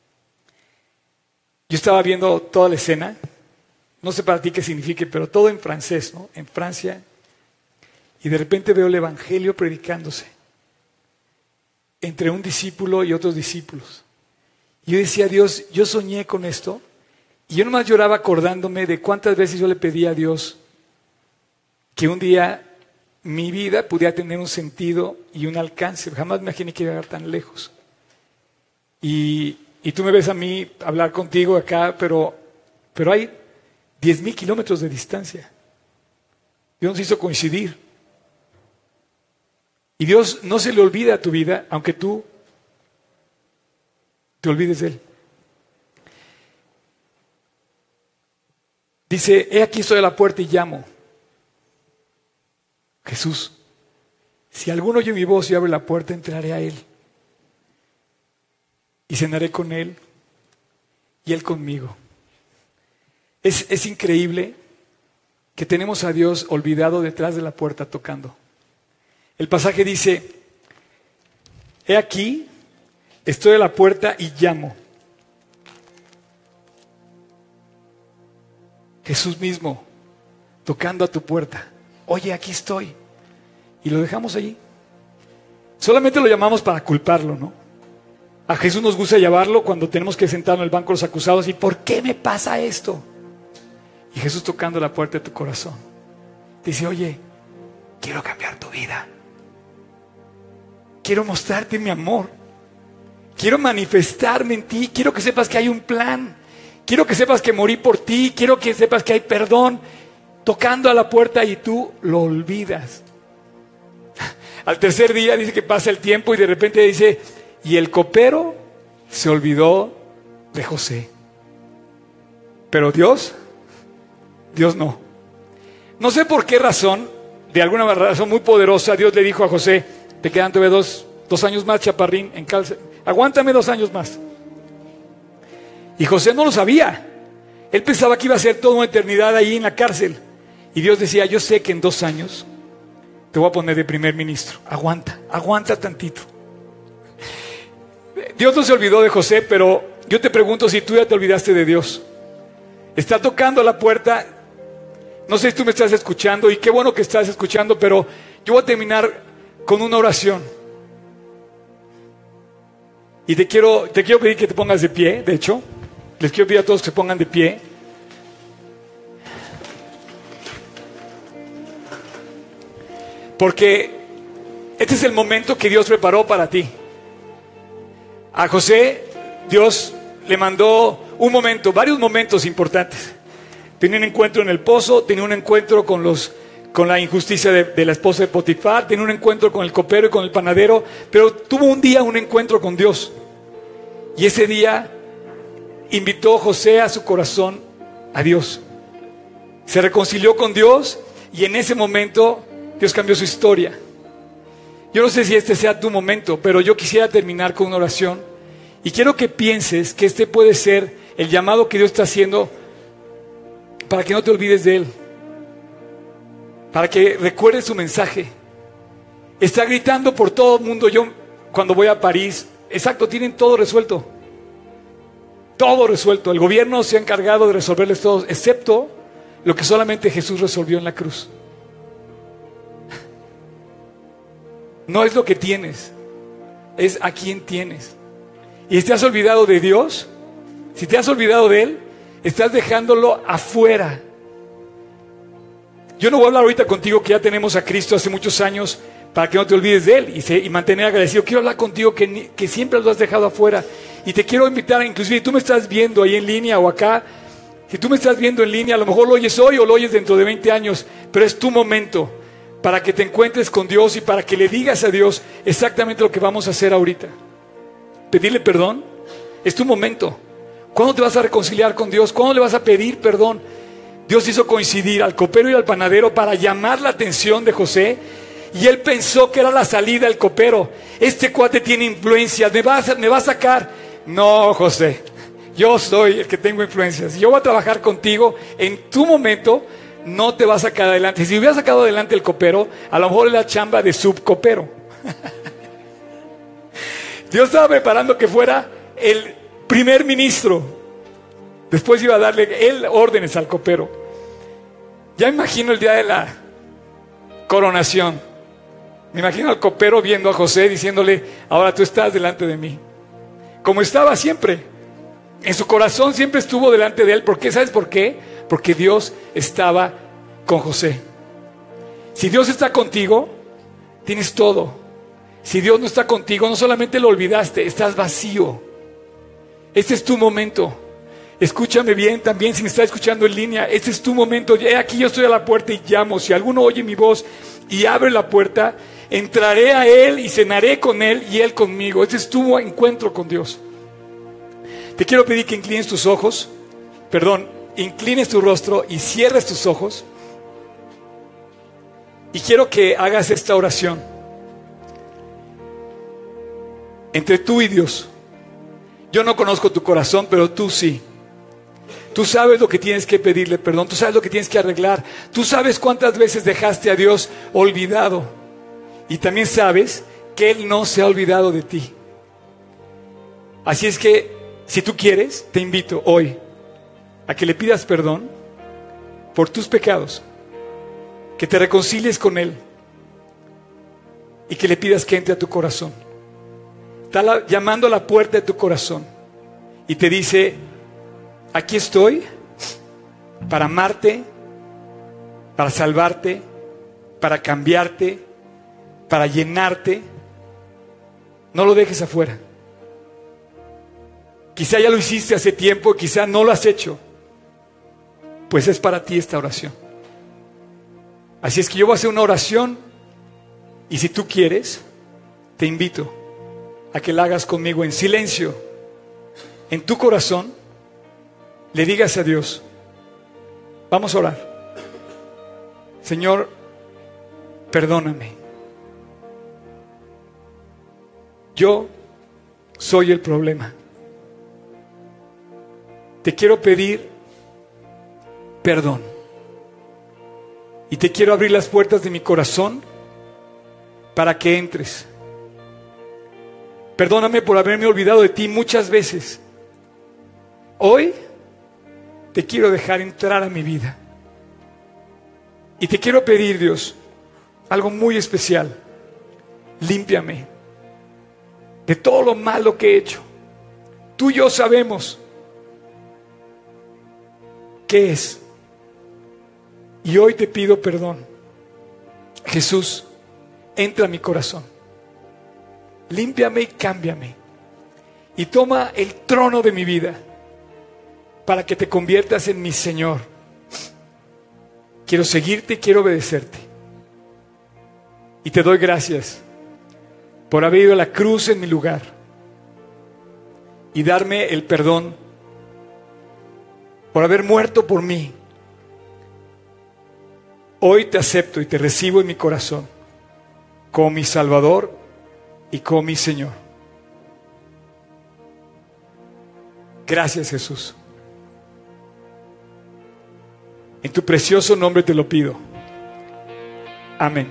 Speaker 1: Yo estaba viendo toda la escena, no sé para ti qué signifique, pero todo en francés, ¿no? En Francia. Y de repente veo el evangelio predicándose entre un discípulo y otros discípulos. Y yo decía, Dios, yo soñé con esto. Y yo nomás lloraba acordándome de cuántas veces yo le pedí a Dios que un día mi vida pudiera tener un sentido y un alcance. Jamás me imaginé que iba a llegar tan lejos. Y, y tú me ves a mí hablar contigo acá, pero, pero hay diez mil kilómetros de distancia. Dios nos hizo coincidir. Y Dios no se le olvida a tu vida, aunque tú te olvides de Él. Dice, he aquí estoy a la puerta y llamo. Jesús, si alguno oye mi voz y abre la puerta, entraré a Él. Y cenaré con Él y Él conmigo. Es, es increíble que tenemos a Dios olvidado detrás de la puerta tocando. El pasaje dice, he aquí, estoy a la puerta y llamo. Jesús mismo, tocando a tu puerta. Oye, aquí estoy. Y lo dejamos allí. Solamente lo llamamos para culparlo, ¿no? A Jesús nos gusta llevarlo cuando tenemos que sentarnos en el banco de los acusados y ¿por qué me pasa esto? Y Jesús tocando la puerta de tu corazón. Dice, oye, quiero cambiar tu vida. Quiero mostrarte mi amor. Quiero manifestarme en ti. Quiero que sepas que hay un plan. Quiero que sepas que morí por ti. Quiero que sepas que hay perdón. Tocando a la puerta y tú lo olvidas. Al tercer día dice que pasa el tiempo y de repente dice, y el copero se olvidó de José. Pero Dios, Dios no. No sé por qué razón, de alguna razón muy poderosa, Dios le dijo a José, te quedan todavía dos, dos años más, chaparrín, en cárcel. Aguántame dos años más. Y José no lo sabía. Él pensaba que iba a ser toda una eternidad ahí en la cárcel. Y Dios decía, yo sé que en dos años te voy a poner de primer ministro. Aguanta, aguanta tantito. Dios no se olvidó de José, pero yo te pregunto si tú ya te olvidaste de Dios. Está tocando la puerta. No sé si tú me estás escuchando, y qué bueno que estás escuchando, pero yo voy a terminar con una oración. Y te quiero, te quiero pedir que te pongas de pie, de hecho. Les quiero pedir a todos que se pongan de pie. Porque este es el momento que Dios preparó para ti. A José, Dios le mandó un momento, varios momentos importantes. Tenía un encuentro en el pozo, tenía un encuentro con los, con la injusticia de, de la esposa de Potifar, tenía un encuentro con el copero y con el panadero, pero tuvo un día un encuentro con Dios. Y ese día invitó José a su corazón a Dios. Se reconcilió con Dios y en ese momento Dios cambió su historia. Yo no sé si este sea tu momento, pero yo quisiera terminar con una oración. Y quiero que pienses que este puede ser el llamado que Dios está haciendo para que no te olvides de Él. Para que recuerdes su mensaje. Está gritando por todo el mundo. Yo cuando voy a París, exacto, tienen todo resuelto. Todo resuelto. El gobierno se ha encargado de resolverles todo, excepto lo que solamente Jesús resolvió en la cruz. No es lo que tienes, es a quién tienes. Y si te has olvidado de Dios, si te has olvidado de Él, estás dejándolo afuera. Yo no voy a hablar ahorita contigo que ya tenemos a Cristo hace muchos años para que no te olvides de Él y, se, y mantener agradecido. Quiero hablar contigo que, que siempre lo has dejado afuera. Y te quiero invitar, inclusive si tú me estás viendo ahí en línea o acá, si tú me estás viendo en línea, a lo mejor lo oyes hoy o lo oyes dentro de veinte años, pero es tu momento para que te encuentres con Dios y para que le digas a Dios exactamente lo que vamos a hacer ahorita. Pedirle perdón, es tu momento. ¿Cuándo te vas a reconciliar con Dios? ¿Cuándo le vas a pedir perdón? Dios hizo coincidir al copero y al panadero para llamar la atención de José, y él pensó que era la salida el copero. Este cuate tiene influencia, me va a, me va a sacar. No, José, Yo soy el que tengo influencias. Yo voy a trabajar contigo. En tu momento no te va a sacar adelante. Si hubiera sacado adelante el copero, a lo mejor es la chamba de subcopero. Dios estaba preparando que fuera el primer ministro. Después iba a darle él órdenes al copero. Ya imagino el día de la coronación. Me imagino al copero viendo a José diciéndole: ahora tú estás delante de mí. Como estaba siempre. En su corazón siempre estuvo delante de él. ¿Por qué? ¿Sabes por qué? Porque Dios estaba con José. Si Dios está contigo, tienes todo. Si Dios no está contigo, no solamente lo olvidaste, estás vacío. Este es tu momento. Escúchame bien también, si me estás escuchando en línea. Este es tu momento. Aquí yo estoy a la puerta y llamo. Si alguno oye mi voz y abre la puerta, entraré a él y cenaré con él y él conmigo. Este es tu encuentro con Dios. Te quiero pedir que inclines tus ojos, perdón, inclines tu rostro y cierres tus ojos. Y quiero que hagas esta oración entre tú y Dios. Yo no conozco tu corazón, pero tú sí. Tú sabes lo que tienes que pedirle perdón, tú sabes lo que tienes que arreglar. Tú sabes cuántas veces dejaste a Dios olvidado. Y también sabes que Él no se ha olvidado de ti. Así es que, si tú quieres, te invito hoy a que le pidas perdón por tus pecados, que te reconcilies con Él y que le pidas que entre a tu corazón. Está la, llamando a la puerta de tu corazón y te dice: aquí estoy para amarte, para salvarte, para cambiarte, para llenarte. No lo dejes afuera. Quizá ya lo hiciste hace tiempo, quizá no lo has hecho. Pues es para ti esta oración. Así es que yo voy a hacer una oración y si tú quieres, te invito a que la hagas conmigo en silencio. En tu corazón, le digas a Dios: vamos a orar. Señor, perdóname. Yo soy el problema. Te quiero pedir perdón. Y te quiero abrir las puertas de mi corazón para que entres. Perdóname por haberme olvidado de ti muchas veces. Hoy te quiero dejar entrar a mi vida. Y te quiero pedir, Dios, algo muy especial. Límpiame de todo lo malo que he hecho. Tú y yo sabemos qué es. Y hoy te pido perdón. Jesús, entra a mi corazón. Límpiame y cámbiame. Y toma el trono de mi vida para que te conviertas en mi Señor. Quiero seguirte y quiero obedecerte. Y te doy gracias por haber ido a la cruz en mi lugar y darme el perdón, por haber muerto por mí. Hoy te acepto y te recibo en mi corazón como mi Salvador y como mi Señor. Gracias, Jesús. En tu precioso nombre te lo pido. Amén.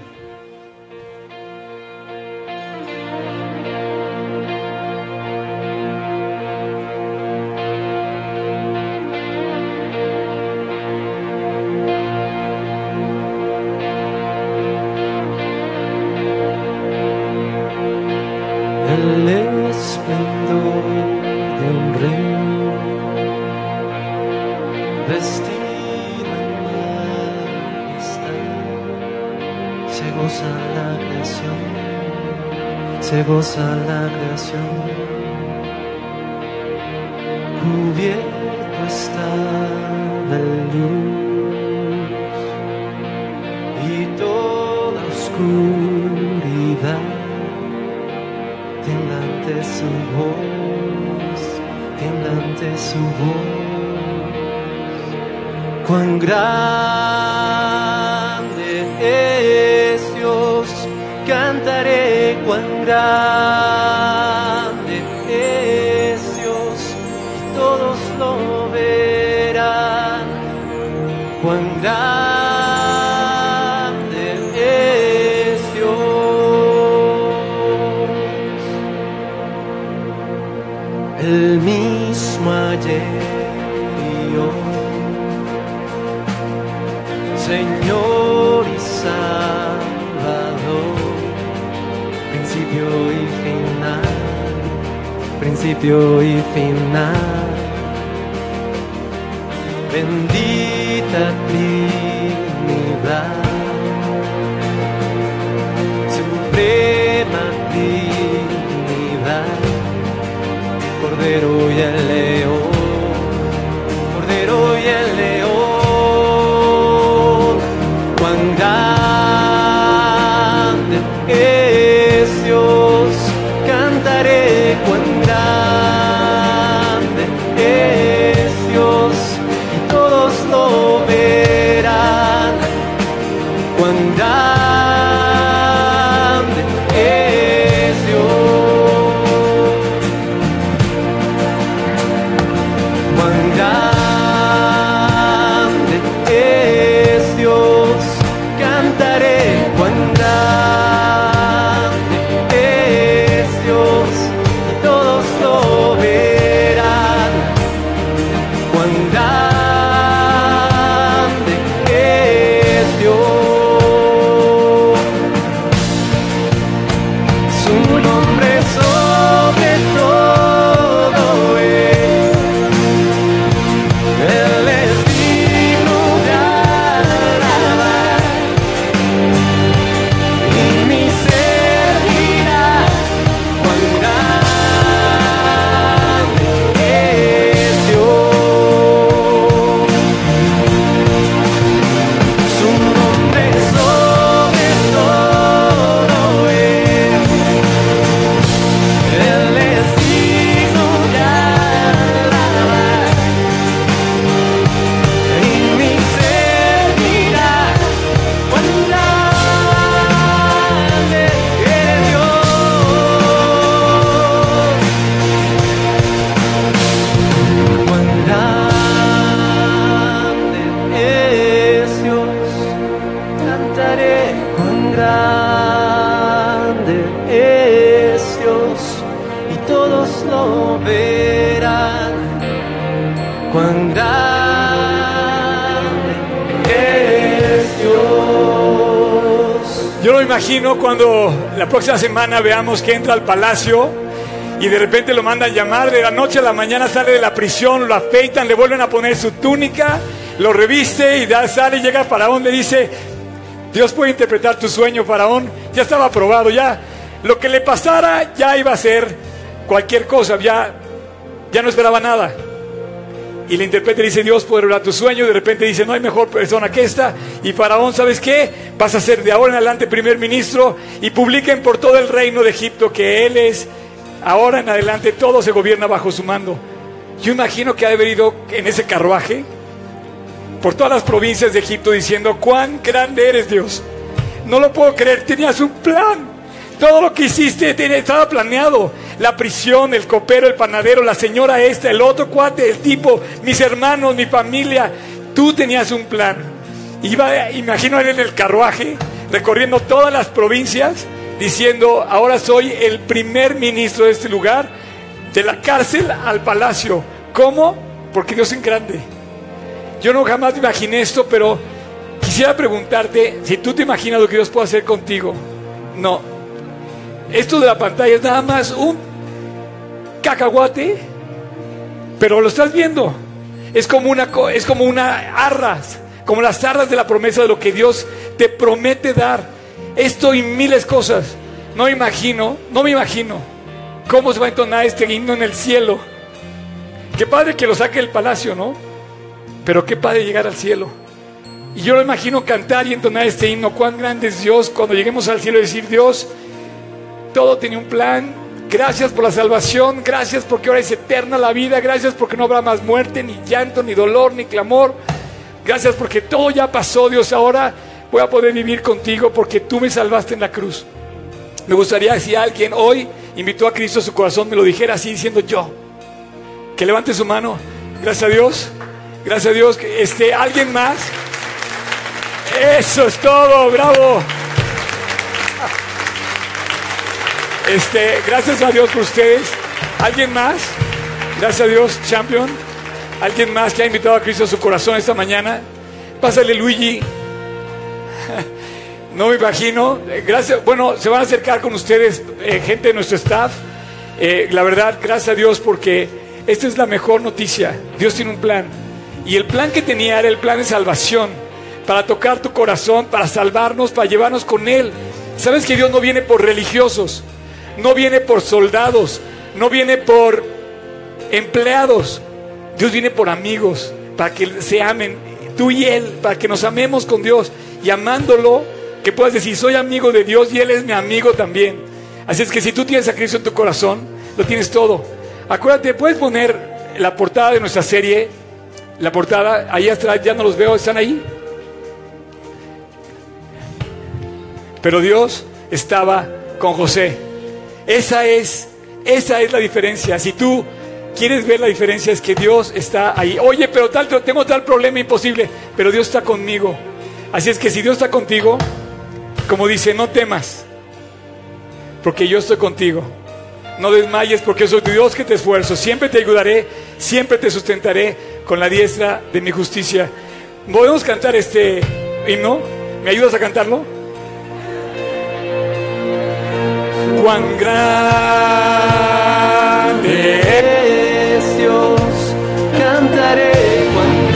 Speaker 2: El esplendor de un rey vestido en majestad, se goza la creación, se goza la creación, cubierto está de luz y toda oscuridad tiembla ante su voz, tiembla ante su voz. Cuán grande es Dios, cantaré cuán grande es Dios, y todos grande es Dios. El mismo ayer y hoy, Señor y Salvador, principio y final, principio y final. Bendita Trinidad, suprema Trinidad, Cordero y el León, Cordero y el León. Cuán grande es Dios, cantaré cuán grande es Dios, todos lo verán. Cuán grande es Dios, cuán grande es Dios, cantaré cuán grande es Dios, y todos lo verán. Cuán grande cuán grande es Dios.
Speaker 1: Yo lo imagino cuando la próxima semana veamos que entra al palacio y de repente lo mandan llamar, de la noche a la mañana sale de la prisión, lo afeitan, le vuelven a poner su túnica, lo reviste y da, sale y llega Faraón, le dice: Dios puede interpretar tu sueño, Faraón. Ya estaba aprobado, ya lo que le pasara ya iba a ser cualquier cosa, ya, ya no esperaba nada. Y le interpreta y dice: Dios puede revelar tu sueño. De repente dice: no hay mejor persona que esta. Y Faraón, ¿sabes qué? Vas a ser de ahora en adelante primer ministro, y publiquen por todo el reino de Egipto que él es, ahora en adelante todo se gobierna bajo su mando. Yo imagino que ha de haber ido en ese carruaje por todas las provincias de Egipto diciendo: cuán grande eres, Dios. No lo puedo creer, tenías un plan. Todo lo que hiciste estaba planeado. La prisión, el copero, el panadero, la señora esta, el otro cuate, el tipo, mis hermanos, mi familia. Tú tenías un plan. Iba, imagino él en el carruaje, recorriendo todas las provincias, diciendo: ahora soy el primer ministro de este lugar, de la cárcel al palacio. ¿Cómo? Porque Dios es grande. Yo no jamás me imaginé esto, pero quisiera preguntarte si tú te imaginas lo que Dios puede hacer contigo. No. Esto de la pantalla es nada más un cacahuate, pero lo estás viendo. Es como una, es como una arras, como las arras de la promesa de lo que Dios te promete dar. Esto y miles de cosas. No me imagino, no me imagino cómo se va a entonar este himno en el cielo. Qué padre que lo saque del palacio, ¿no? Pero qué padre llegar al cielo. Y yo lo imagino cantar y entonar este himno: cuán grande es Dios. Cuando lleguemos al cielo y decir: Dios, todo tenía un plan. Gracias por la salvación. Gracias porque ahora es eterna la vida. Gracias porque no habrá más muerte, ni llanto, ni dolor, ni clamor. Gracias porque todo ya pasó, Dios. Ahora voy a poder vivir contigo porque tú me salvaste en la cruz. Me gustaría, si alguien hoy invitó a Cristo a su corazón, me lo dijera así, diciendo: yo. Que levante su mano. Gracias a Dios. Gracias a Dios. Este, alguien más. Eso es todo, bravo. Este, gracias a Dios por ustedes. ¿Alguien más? Gracias a Dios, Champion. ¿Alguien más que ha invitado a Cristo a su corazón esta mañana? Pásale, Luigi. No me imagino. Gracias. Bueno, se van a acercar con ustedes eh, gente de nuestro staff. Eh, la verdad, gracias a Dios, porque esta es la mejor noticia. Dios tiene un plan. Y el plan que tenía era el plan de salvación, para tocar tu corazón, para salvarnos, para llevarnos con Él. ¿Sabes que Dios no viene por religiosos? No viene por soldados, no viene por empleados. Dios viene por amigos, para que se amen, tú y Él, para que nos amemos con Dios. Y amándolo, que puedas decir, soy amigo de Dios y Él es mi amigo también. Así es que si tú tienes a Cristo en tu corazón, lo tienes todo. Acuérdate, puedes poner la portada de nuestra serie. La portada, ahí atrás, ya no los veo, ¿están ahí? Pero Dios estaba con José. Esa es, esa es la diferencia. Si tú quieres ver la diferencia, es que Dios está ahí. Oye, pero tal, tengo tal problema imposible, pero Dios está conmigo. Así es que si Dios está contigo, como dice, no temas, porque yo estoy contigo. No desmayes, porque soy tu Dios que te esfuerzo. Siempre te ayudaré, siempre te sustentaré con la diestra de mi justicia. ¿Podemos cantar este himno? ¿Me ayudas a cantarlo? Cuán grande
Speaker 2: es Dios, cantaré cuán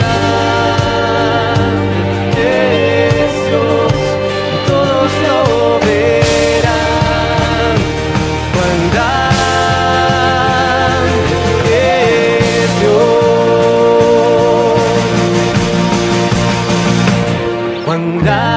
Speaker 2: grande es Dios, todos lo verán. Cuán grande es Dios, cuán grande.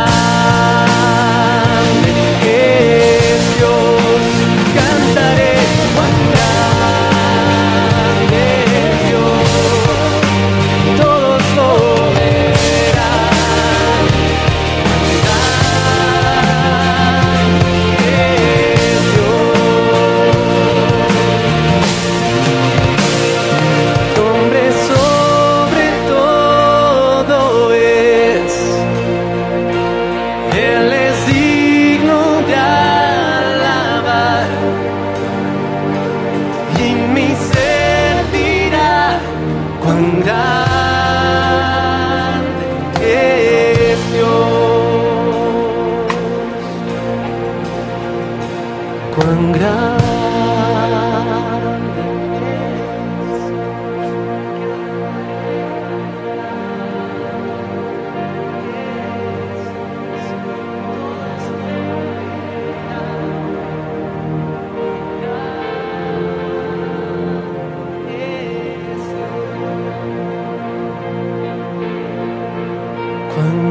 Speaker 2: Cuán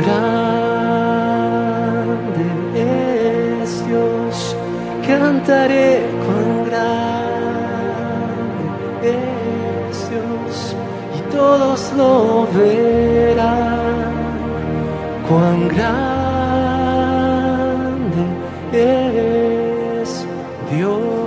Speaker 2: grande es Dios, cantaré cuán grande es Dios, y todos lo verán. Cuán grande es Dios.